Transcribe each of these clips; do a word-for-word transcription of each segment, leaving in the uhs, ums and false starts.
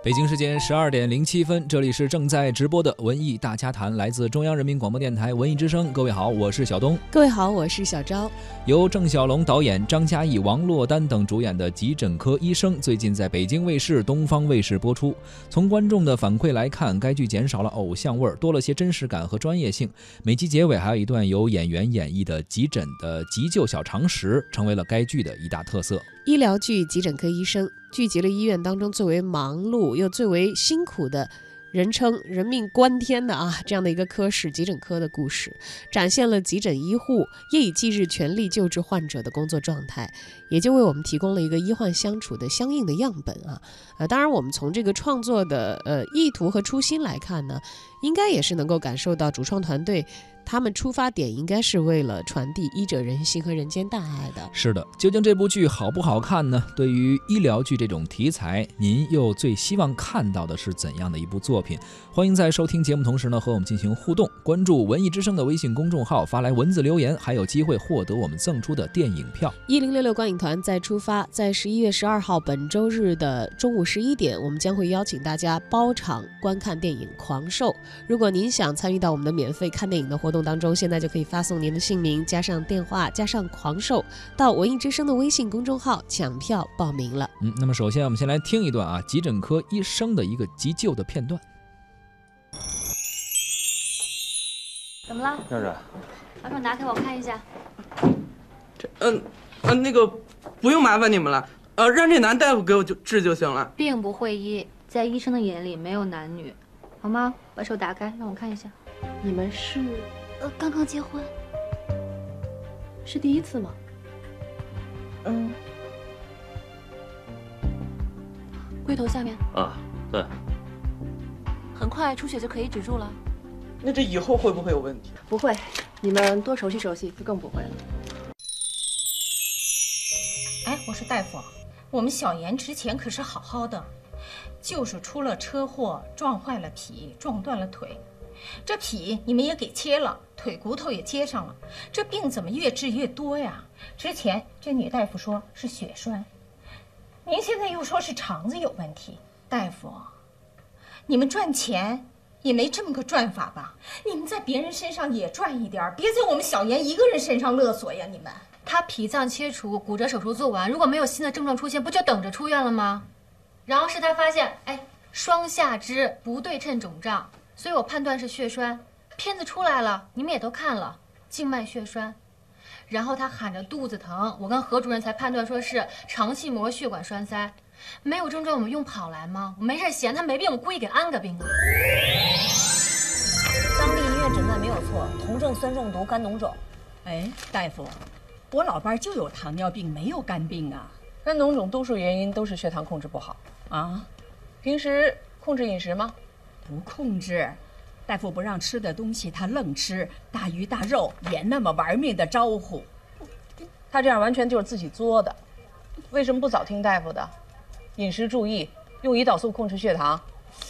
北京时间十二点零七分，这里是正在直播的文艺大家谈，来自中央人民广播电台文艺之声。各位好，我是小东。 各位好，我是小昭。 由郑晓龙导演、张嘉译、王珞丹等主演的《急诊科医生》最近在北京卫视、东方卫视播出。从观众的反馈来看，该剧减少了偶像味儿，多了些真实感和专业性。每集结尾还有一段由演员演绎的急诊的急救小常识，成为了该剧的一大特色。 医疗剧《急诊科医生》聚集了医院当中最为忙碌又最为辛苦的人称人命关天的啊这样的一个科室急诊科的故事，展现了急诊医护夜以继日全力救治患者的工作状态，也就为我们提供了一个医患相处的相应的样本啊。呃，当然我们从这个创作的呃意图和初心来看呢，应该也是能够感受到主创团队他们出发点应该是为了传递医者仁心和人间大爱的。 是的，究竟这部剧好不好看呢？对于医疗剧这种题材，您又最希望看到的是怎样的一部作品？欢迎在收听节目同时呢，和我们进行互动，关注文艺之声的微信公众号，发来文字留言，还有机会获得我们赠出的电影票。 一零六六观影团在出发，在十一月十二号本周日的中午十一点，我们将会邀请大家包场观看电影《狂兽》。如果您想参与到我们的免费看电影的活动当中，现在就可以发送您的姓名加上电话加上狂兽到文艺之声的微信公众号抢票报名了。 嗯，那么首先我们先来听一段啊，急诊科医生的一个急救的片段。 怎么了？ 要是， 把手拿开，我看一下。 这嗯呃那个不用麻烦你们了，呃，让这男大夫给我就治就行了。 病不会医，在医生的眼里没有男女，好吗？把手打开，让我看一下。 你们是呃，刚刚结婚。 是第一次吗？ 嗯。 龟头下面。 啊，对。 很快出血就可以止住了。 那这以后会不会有问题？ 不会，你们多熟悉熟悉就更不会了。 哎，我说大夫，我们小妍之前可是好好的，就是出了车祸，撞坏了脾，撞断了腿。这脾你们也给切了，腿骨头也接上了，这病怎么越治越多呀？之前这女大夫说是血栓，您现在又说是肠子有问题。大夫，你们赚钱也没这么个赚法吧？你们在别人身上也赚一点，别在我们小妍一个人身上勒索呀！你们， 他脾脏切除，骨折手术做完，如果没有新的症状出现，不就等着出院了吗？然后是他发现，哎，双下肢不对称肿胀，所以我判断是血栓。片子出来了，你们也都看了，静脉血栓。然后他喊着肚子疼，我跟何主任才判断说是肠系膜血管栓塞。没有症状我们用跑来吗？我没事闲，他没病我故意给安个病啊。 当地医院诊断没有错，酮症酸中毒肝脓肿。 哎，大夫，我老伴就有糖尿病，没有肝病啊。 肝脓肿多数原因都是血糖控制不好啊。 平时控制饮食吗？ 不控制。大夫不让吃的东西他愣吃，大鱼大肉也那么玩命的招呼。 他这样完全就是自己作的。为什么不早听大夫的？饮食注意，用胰岛素控制血糖。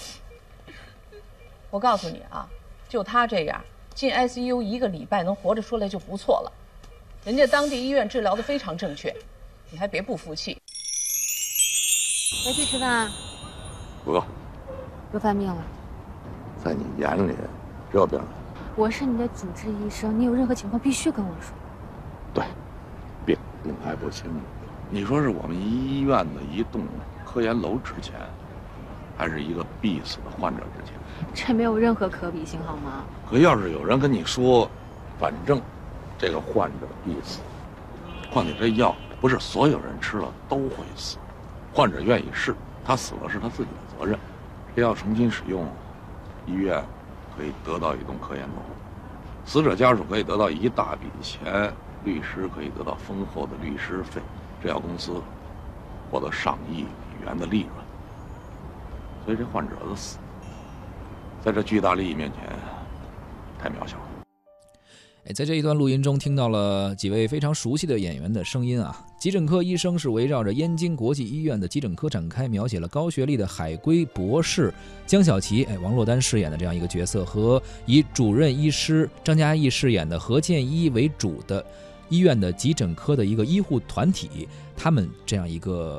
我告诉你啊，就他这样，进 I C U 一个礼拜能活着出来就不错了。人家当地医院治疗的非常正确，你还别不服气。 回去吃饭。 不够。 又犯病了。 在你眼里，这病， 我是你的主治医生，你有任何情况必须跟我说。 对，病病还不轻。你说是我们医院的一栋科研楼值钱，还是一个必死的患者值钱？ 这没有任何可比性，好吗？ 可要是有人跟你说，反正这个患者必死，况且这药不是所有人吃了都会死，患者愿意试，他死了是他自己的责任。这药重新使用，医院可以得到一栋科研楼，死者家属可以得到一大笔钱，律师可以得到丰厚的律师费，制药公司获得上亿美元的利润。所以这患者的死，在这巨大利益面前，太渺小了。 在这一段录音中听到了几位非常熟悉的演员的声音啊。急诊科医生是围绕着燕京国际医院的急诊科展开，描写了高学历的海归博士江小琪，哎，王珞丹饰演的这样一个角色，和以主任医师张嘉译饰演的何建一为主的医院的急诊科的一个医护团体，他们这样一个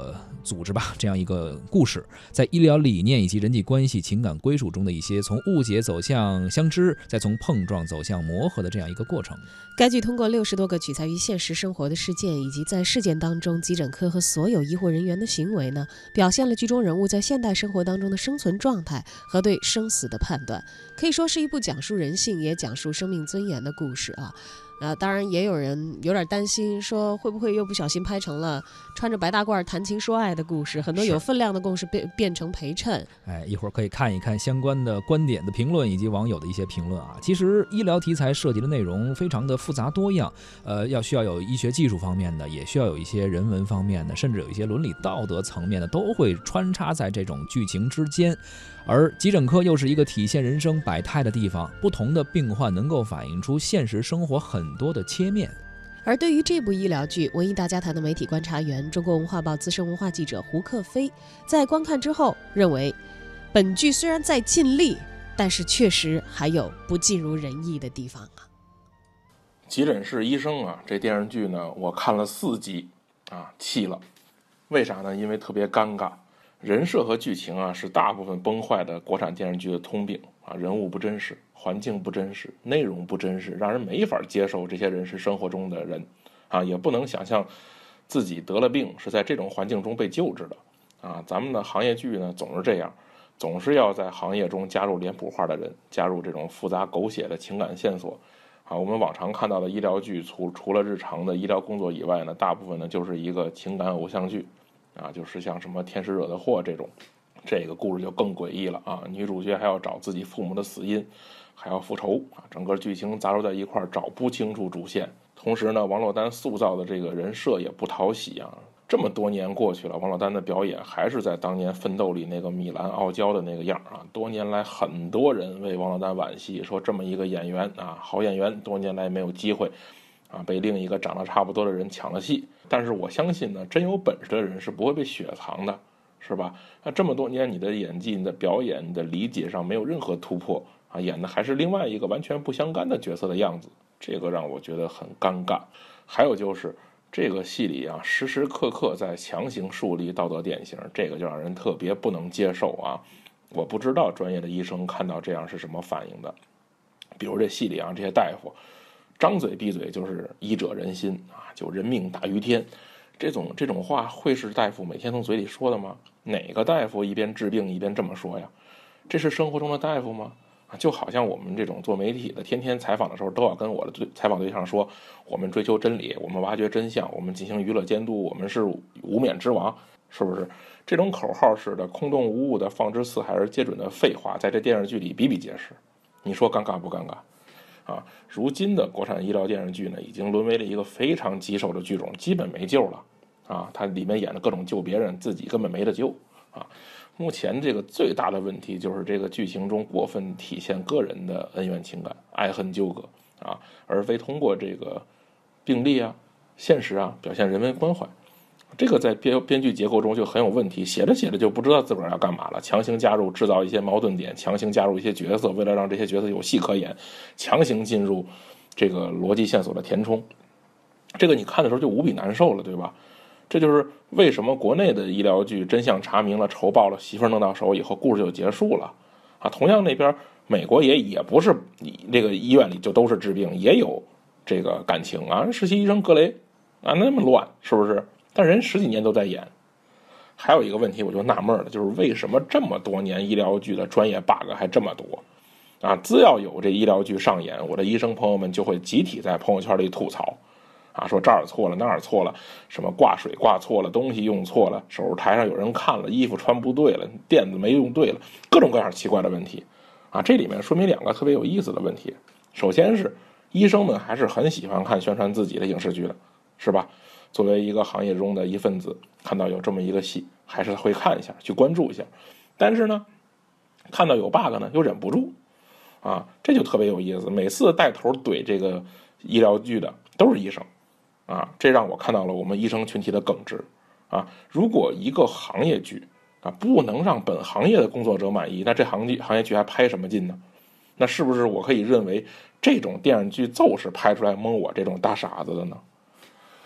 组织吧，这样一个故事，在医疗理念以及人际关系、情感归属中的一些从误解走向相知，再从碰撞走向磨合的这样一个过程。 该剧通过六十多个取材于现实生活的事件，以及在事件当中急诊科和所有医护人员的行为呢，表现了剧中人物在现代生活当中的生存状态和对生死的判断，可以说是一部讲述人性也讲述生命尊严的故事啊。呃，当然也有人有点担心，说会不会又不小心拍成了穿着白大褂谈情说爱的故事，很多有分量的故事变变成陪衬。 哎，一会儿可以看一看相关的观点的评论以及网友的一些评论啊。其实医疗题材涉及的内容非常的复杂多样，呃，要需要有医学技术方面的，也需要有一些人文方面的，甚至有一些伦理道德层面的，都会穿插在这种剧情之间。而急诊科又是一个体现人生百态的地方，不同的病患能够反映出现实生活很多的切面。 而对于这部医疗剧，文艺大家谈的媒体观察员、中国文化报资深文化记者胡克飞在观看之后认为，本剧虽然在尽力，但是确实还有不尽如人意的地方啊。 急诊室医生啊，这电视剧呢，我看了四集啊，气了。为啥呢？因为特别尴尬。人设和剧情啊，是大部分崩坏的国产电视剧的通病啊，人物不真实，环境不真实，内容不真实，让人没法接受这些人是生活中的人啊，也不能想象自己得了病是在这种环境中被救治的啊。咱们的行业剧呢，总是这样，总是要在行业中加入脸谱化的人，加入这种复杂狗血的情感线索啊。我们往常看到的医疗剧，除除了日常的医疗工作以外呢，大部分呢就是一个情感偶像剧。啊，就是像什么天使惹的祸这种，这个故事就更诡异了啊！女主角还要找自己父母的死因，还要复仇啊，整个剧情杂糅在一块儿，找不清楚主线。同时呢，王珞丹塑造的这个人设也不讨喜啊。这么多年过去了，王珞丹的表演还是在当年《奋斗》里那个米兰傲娇的那个样啊。多年来，很多人为王珞丹惋惜，说这么一个演员啊，好演员，多年来没有机会。啊，被另一个长得差不多的人抢了戏，但是我相信呢，真有本事的人是不会被雪藏的，是吧？那这么多年，你的演技、你的表演、你的理解上没有任何突破啊，演的还是另外一个完全不相干的角色的样子，这个让我觉得很尴尬。还有就是这个戏里啊，时时刻刻在强行树立道德典型，这个就让人特别不能接受啊。我不知道专业的医生看到这样是什么反应的，比如这戏里啊，这些大夫。张嘴闭嘴就是医者仁心啊，就人命大于天，这种这种话会是大夫每天从嘴里说的吗？哪个大夫一边治病一边这么说呀？这是生活中的大夫吗？啊，就好像我们这种做媒体的，天天采访的时候都要跟我的对采访对象说，我们追求真理，我们挖掘真相，我们进行娱乐监督，我们是无冕之王，是不是？这种口号式的空洞无物的放之四海而皆准的废话，在这电视剧里比比皆是，你说尴尬不尴尬？啊，如今的国产医疗电视剧呢，已经沦为了一个非常棘手的剧种，基本没救了啊！它里面演的各种救别人，自己根本没得救啊！目前这个最大的问题就是这个剧情中过分体现个人的恩怨情感、爱恨纠葛啊，而非通过这个病例啊、现实啊表现人文关怀。这个在编编剧结构中就很有问题，写着写着就不知道自个儿要干嘛了，强行加入制造一些矛盾点，强行加入一些角色，为了让这些角色有戏可演，强行进入这个逻辑线索的填充，这个你看的时候就无比难受了，对吧？这就是为什么国内的医疗剧真相查明了、仇报了，媳妇弄到手以后，故事就结束了啊。同样那边美国也也不是这个医院里就都是治病，也有这个感情啊，实习医生格雷啊那么乱，是不是？但人十几年都在演。还有一个问题我就纳闷了，就是为什么这么多年医疗剧的专业 bug 还这么多啊？只要有这医疗剧上演，我的医生朋友们就会集体在朋友圈里吐槽啊，说这儿错了那儿错了，什么挂水挂错了，东西用错了，手术台上有人看了，衣服穿不对了，垫子没用对了，各种各样奇怪的问题啊。这里面说明两个特别有意思的问题。首先是医生们还是很喜欢看宣传自己的影视剧的，是吧？作为一个行业中的一份子，看到有这么一个戏，还是会看一下，去关注一下。但是呢，看到有 bug 呢，又忍不住啊，这就特别有意思。每次带头怼这个医疗剧的都是医生啊，这让我看到了我们医生群体的耿直啊。如果一个行业剧啊不能让本行业的工作者满意，那这行剧行业剧还拍什么劲呢？那是不是我可以认为这种电视剧就是拍出来蒙我这种大傻子的呢？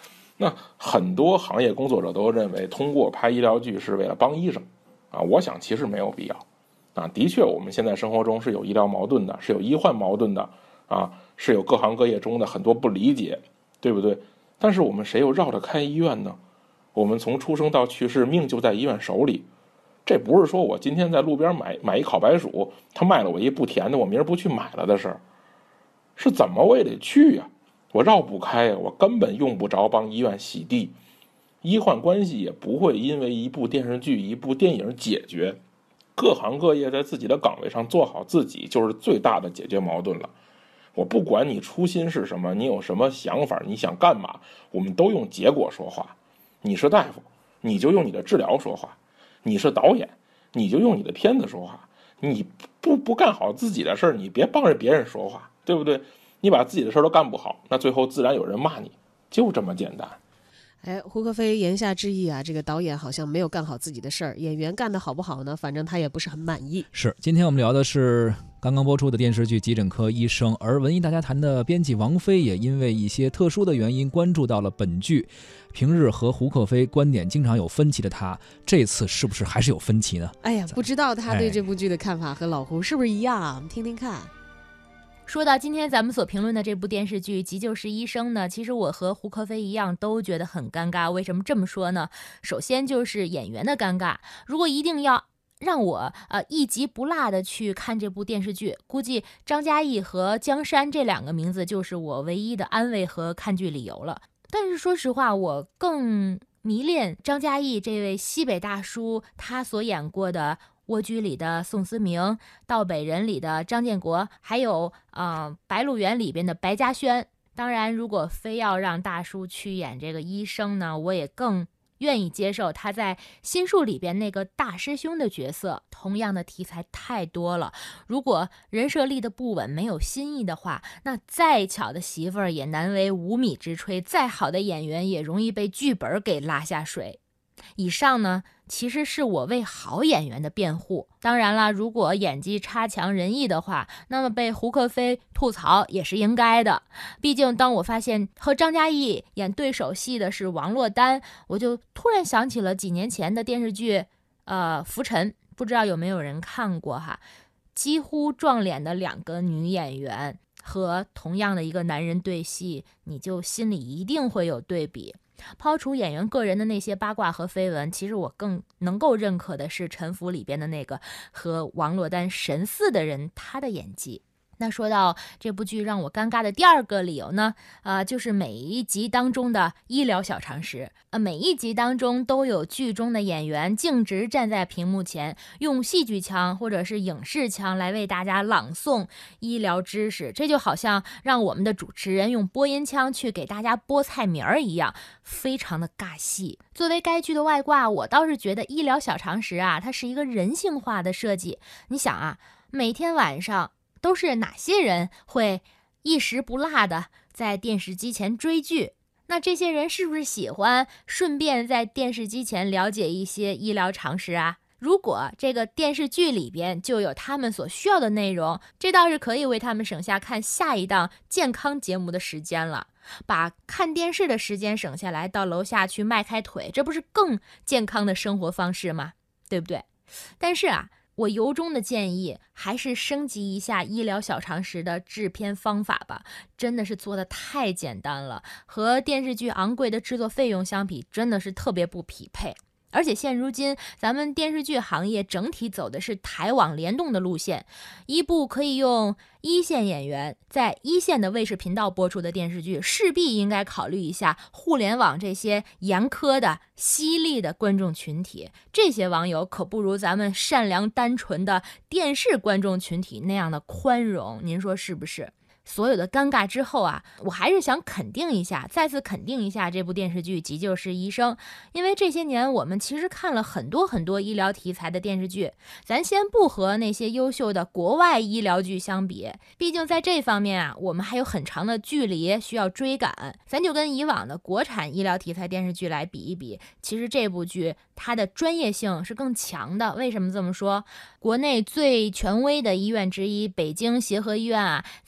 那很多行业工作者都认为，通过拍医疗剧是为了帮医生啊，我想其实没有必要啊。的确，我们现在生活中是有医疗矛盾的，是有医患矛盾的啊，是有各行各业中的很多不理解，对不对？但是我们谁又绕着开医院呢？我们从出生到去世，命就在医院手里。这不是说我今天在路边买买一烤白薯，他卖了我一不甜的，我明儿不去买了的事儿，是怎么我也得去呀、啊。我绕不开呀，我根本用不着帮医院洗地，医患关系也不会因为一部电视剧、一部电影解决。各行各业在自己的岗位上做好自己，就是最大的解决矛盾了。我不管你初心是什么，你有什么想法，你想干嘛，我们都用结果说话。你是大夫，你就用你的治疗说话；你是导演，你就用你的片子说话。你不不干好自己的事儿，你别帮着别人说话，对不对？你把自己的事儿都干不好，那最后自然有人骂你，就这么简单。 哎，胡可飞言下之意啊，这个导演好像没有干好自己的事儿，演员干得好不好呢？反正他也不是很满意。 是，今天我们聊的是刚刚播出的电视剧《急诊科医生》，而文艺大家谈的编辑王菲也因为一些特殊的原因关注到了本剧。平日和胡可飞观点经常有分歧的他，这次是不是还是有分歧呢？ 哎呀，不知道他对这部剧的看法和老胡是不是一样啊？我们听听看。 说到今天咱们所评论的这部电视剧《急救室医生》呢，其实我和胡可飞一样都觉得很尴尬。为什么这么说呢？首先就是演员的尴尬。如果一定要让我呃一集不落的去看这部电视剧，估计张嘉译和江山这两个名字就是我唯一的安慰和看剧理由了。但是说实话，我更迷恋张嘉译这位西北大叔，他所演过的蜗居里的宋思明，道北人里的张建国，还有呃白鹿原里边的白嘉轩。当然如果非要让大叔去演这个医生呢，我也更愿意接受他在心术里边那个大师兄的角色。同样的题材太多了，如果人设立的不稳，没有新意的话，那再巧的媳妇儿也难为无米之炊，再好的演员也容易被剧本给拉下水。以上呢其实是我为好演员的辩护。当然了，如果演技差强人意的话，那么被胡可飞吐槽也是应该的。毕竟当我发现和张嘉译演对手戏的是王珞丹，我就突然想起了几年前的电视剧呃，浮沉，不知道有没有人看过哈？几乎撞脸的两个女演员和同样的一个男人对戏，你就心里一定会有对比。抛除演员个人的那些八卦和绯闻，其实我更能够认可的是《沉浮》里边的那个和王珞丹神似的人，他的演技。那说到这部剧让我尴尬的第二个理由呢，呃，就是每一集当中的医疗小常识。呃，每一集当中都有剧中的演员径直站在屏幕前，用戏剧腔或者是影视腔来为大家朗诵医疗知识，这就好像让我们的主持人用播音腔去给大家播菜名儿一样，非常的尬戏。作为该剧的外挂，我倒是觉得医疗小常识啊，它是一个人性化的设计。你想啊，每天晚上都是哪些人会一时不落的在电视机前追剧？那这些人是不是喜欢顺便在电视机前了解一些医疗常识啊？如果这个电视剧里边就有他们所需要的内容，这倒是可以为他们省下看下一档健康节目的时间了。把看电视的时间省下来，到楼下去迈开腿，这不是更健康的生活方式吗？对不对？但是啊，我由衷的建议还是升级一下医疗小常识的制片方法吧，真的是做的太简单了，和电视剧昂贵的制作费用相比，真的是特别不匹配。而且现如今咱们电视剧行业整体走的是台网联动的路线，一部可以用一线演员在一线的卫视频道播出的电视剧，势必应该考虑一下互联网这些严苛的犀利的观众群体。这些网友可不如咱们善良单纯的电视观众群体那样的宽容，您说是不是？所有的尴尬之后啊，我还是想肯定一下，再次肯定一下这部电视剧《急救室医生》，因为这些年我们其实看了很多很多医疗题材的电视剧，咱先不和那些优秀的国外医疗剧相比，毕竟在这方面啊，我们还有很长的距离需要追赶，咱就跟以往的国产医疗题材电视剧来比一比，其实这部剧它的专业性是更强的。为什么这么说？国内最权威的医院之一北京协和医院啊，在剧本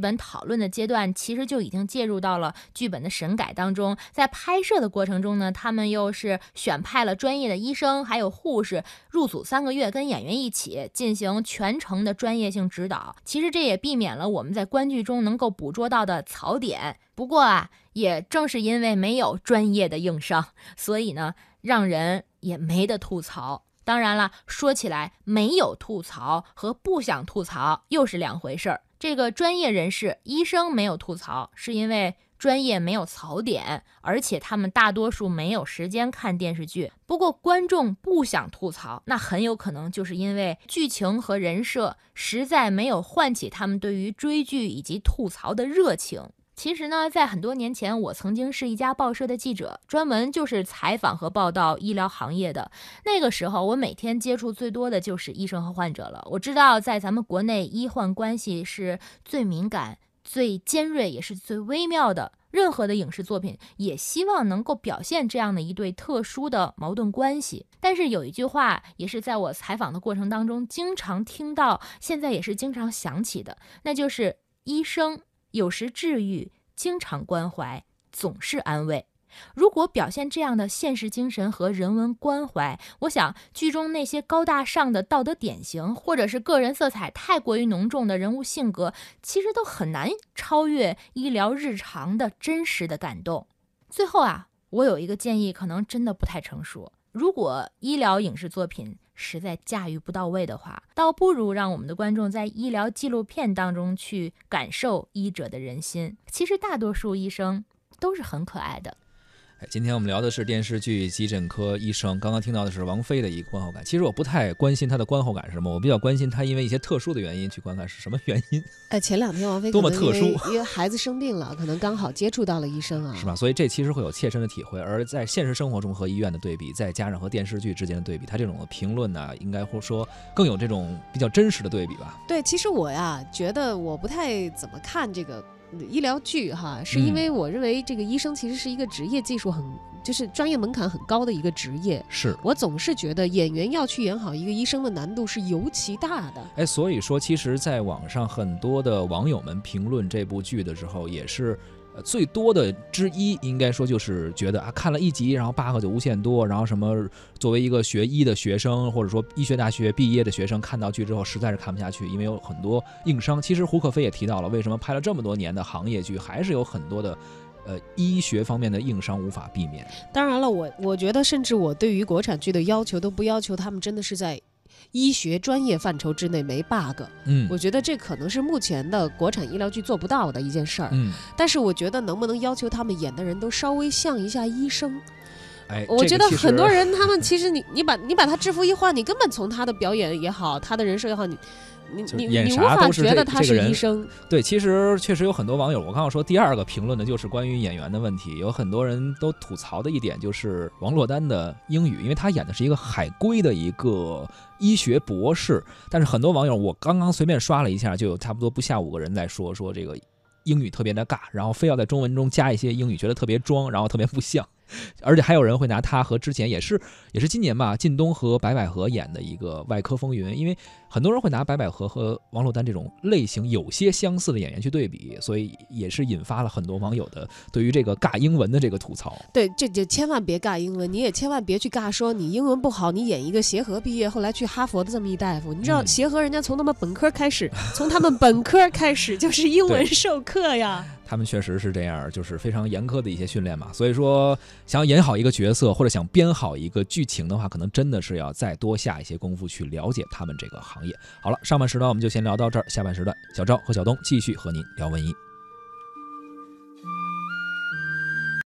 本讨论的阶段，其实就已经介入到了剧本的审改当中。在拍摄的过程中呢，他们又是选派了专业的医生还有护士入组三个月，跟演员一起进行全程的专业性指导。其实这也避免了我们在观剧中能够捕捉到的槽点。不过啊，也正是因为没有专业的硬伤，所以呢，让人也没得吐槽。当然了，说起来，没有吐槽和不想吐槽又是两回事儿。这个专业人士医生没有吐槽，是因为专业没有槽点，而且他们大多数没有时间看电视剧。不过观众不想吐槽，那很有可能就是因为剧情和人设实在没有唤起他们对于追剧以及吐槽的热情。其实呢，在很多年前，我曾经是一家报社的记者，专门就是采访和报道医疗行业的。那个时候，我每天接触最多的就是医生和患者了。我知道，在咱们国内，医患关系是最敏感、最尖锐，也是最微妙的。任何的影视作品也希望能够表现这样的一对特殊的矛盾关系。但是有一句话，也是在我采访的过程当中经常听到，现在也是经常想起的，那就是医生有时治愈，经常关怀，总是安慰。如果表现这样的现实精神和人文关怀，我想剧中那些高大上的道德典型，或者是个人色彩太过于浓重的人物性格，其实都很难超越医疗日常的真实的感动。最后啊，我有一个建议，可能真的不太成熟。如果医疗影视作品实在驾驭不到位的话，倒不如让我们的观众在医疗纪录片当中去感受医者的人心。其实大多数医生都是很可爱的。 今天我们聊的是电视剧《急诊科医生》，刚刚听到的是王菲的一个观后感。其实我不太关心她的观后感是什么，我比较关心她因为一些特殊的原因去观看是什么原因。 哎，前两天王菲多么特殊， 因为孩子生病了，可能刚好接触到了医生啊， 是吧？所以这其实会有切身的体会。而在现实生活中和医院的对比，再加上和电视剧之间的对比，她这种评论呢，应该会说更有这种比较真实的对比吧。 对，其实我呀觉得我不太怎么看这个医疗剧哈，是因为我认为这个医生其实是一个职业技术很就是专业门槛很高的一个职业。 是我总是觉得演员要去演好一个医生的难度是尤其大的。 哎，所以说其实在网上很多的网友们评论这部剧的时候，也是最多的之一，应该说就是觉得啊，看了一集，然后 bug 就无限多，然后什么作为一个学医的学生，或者说医学大学毕业的学生，看到剧之后实在是看不下去，因为有很多硬伤。其实胡可飞也提到了，为什么拍了这么多年的行业剧，还是有很多的呃医学方面的硬伤无法避免。 当然了，我我觉得甚至我对于国产剧的要求都不要求他们真的是在医学专业范畴之内没 bug， 嗯， 我觉得这可能是目前的国产医疗剧做不到的一件事儿， 嗯， 但是我觉得能不能要求他们演的人都稍微像一下医生？ 哎， 我觉得这个很多人他们其实你你把你把他制服一换，你根本从他的表演也好，他的人设也好，你你你演你无法啥都是觉得他是这个人医生。 对，其实确实有很多网友，我刚刚说第二个评论的就是关于演员的问题，有很多人都吐槽的一点就是王珞丹的英语，因为她演的是一个海归的一个医学博士，但是很多网友，我刚刚随便刷了一下，就有差不多不下五个人在说说这个英语特别的尬，然后非要在中文中加一些英语，觉得特别装，然后特别不像。而且还有人会拿他和之前也是也是今年吧，靳东和白百合演的一个《外科风云》，因为很多人会拿白百合和王珞丹这种类型有些相似的演员去对比，所以也是引发了很多网友的对于这个尬英文的这个吐槽。 对，这就千万别尬英文，你也千万别去尬说你英文不好，你演一个协和毕业后来去哈佛的这么一大夫。你知道协和人家从他们本科开始，从他们本科开始就是英文授课呀。 他们确实是这样，就是非常严苛的一些训练嘛。所以说，想要演好一个角色或者想编好一个剧情的话，可能真的是要再多下一些功夫去了解他们这个行业。好了，上半时段我们就先聊到这儿，下半时段小赵和小东继续和您聊文艺。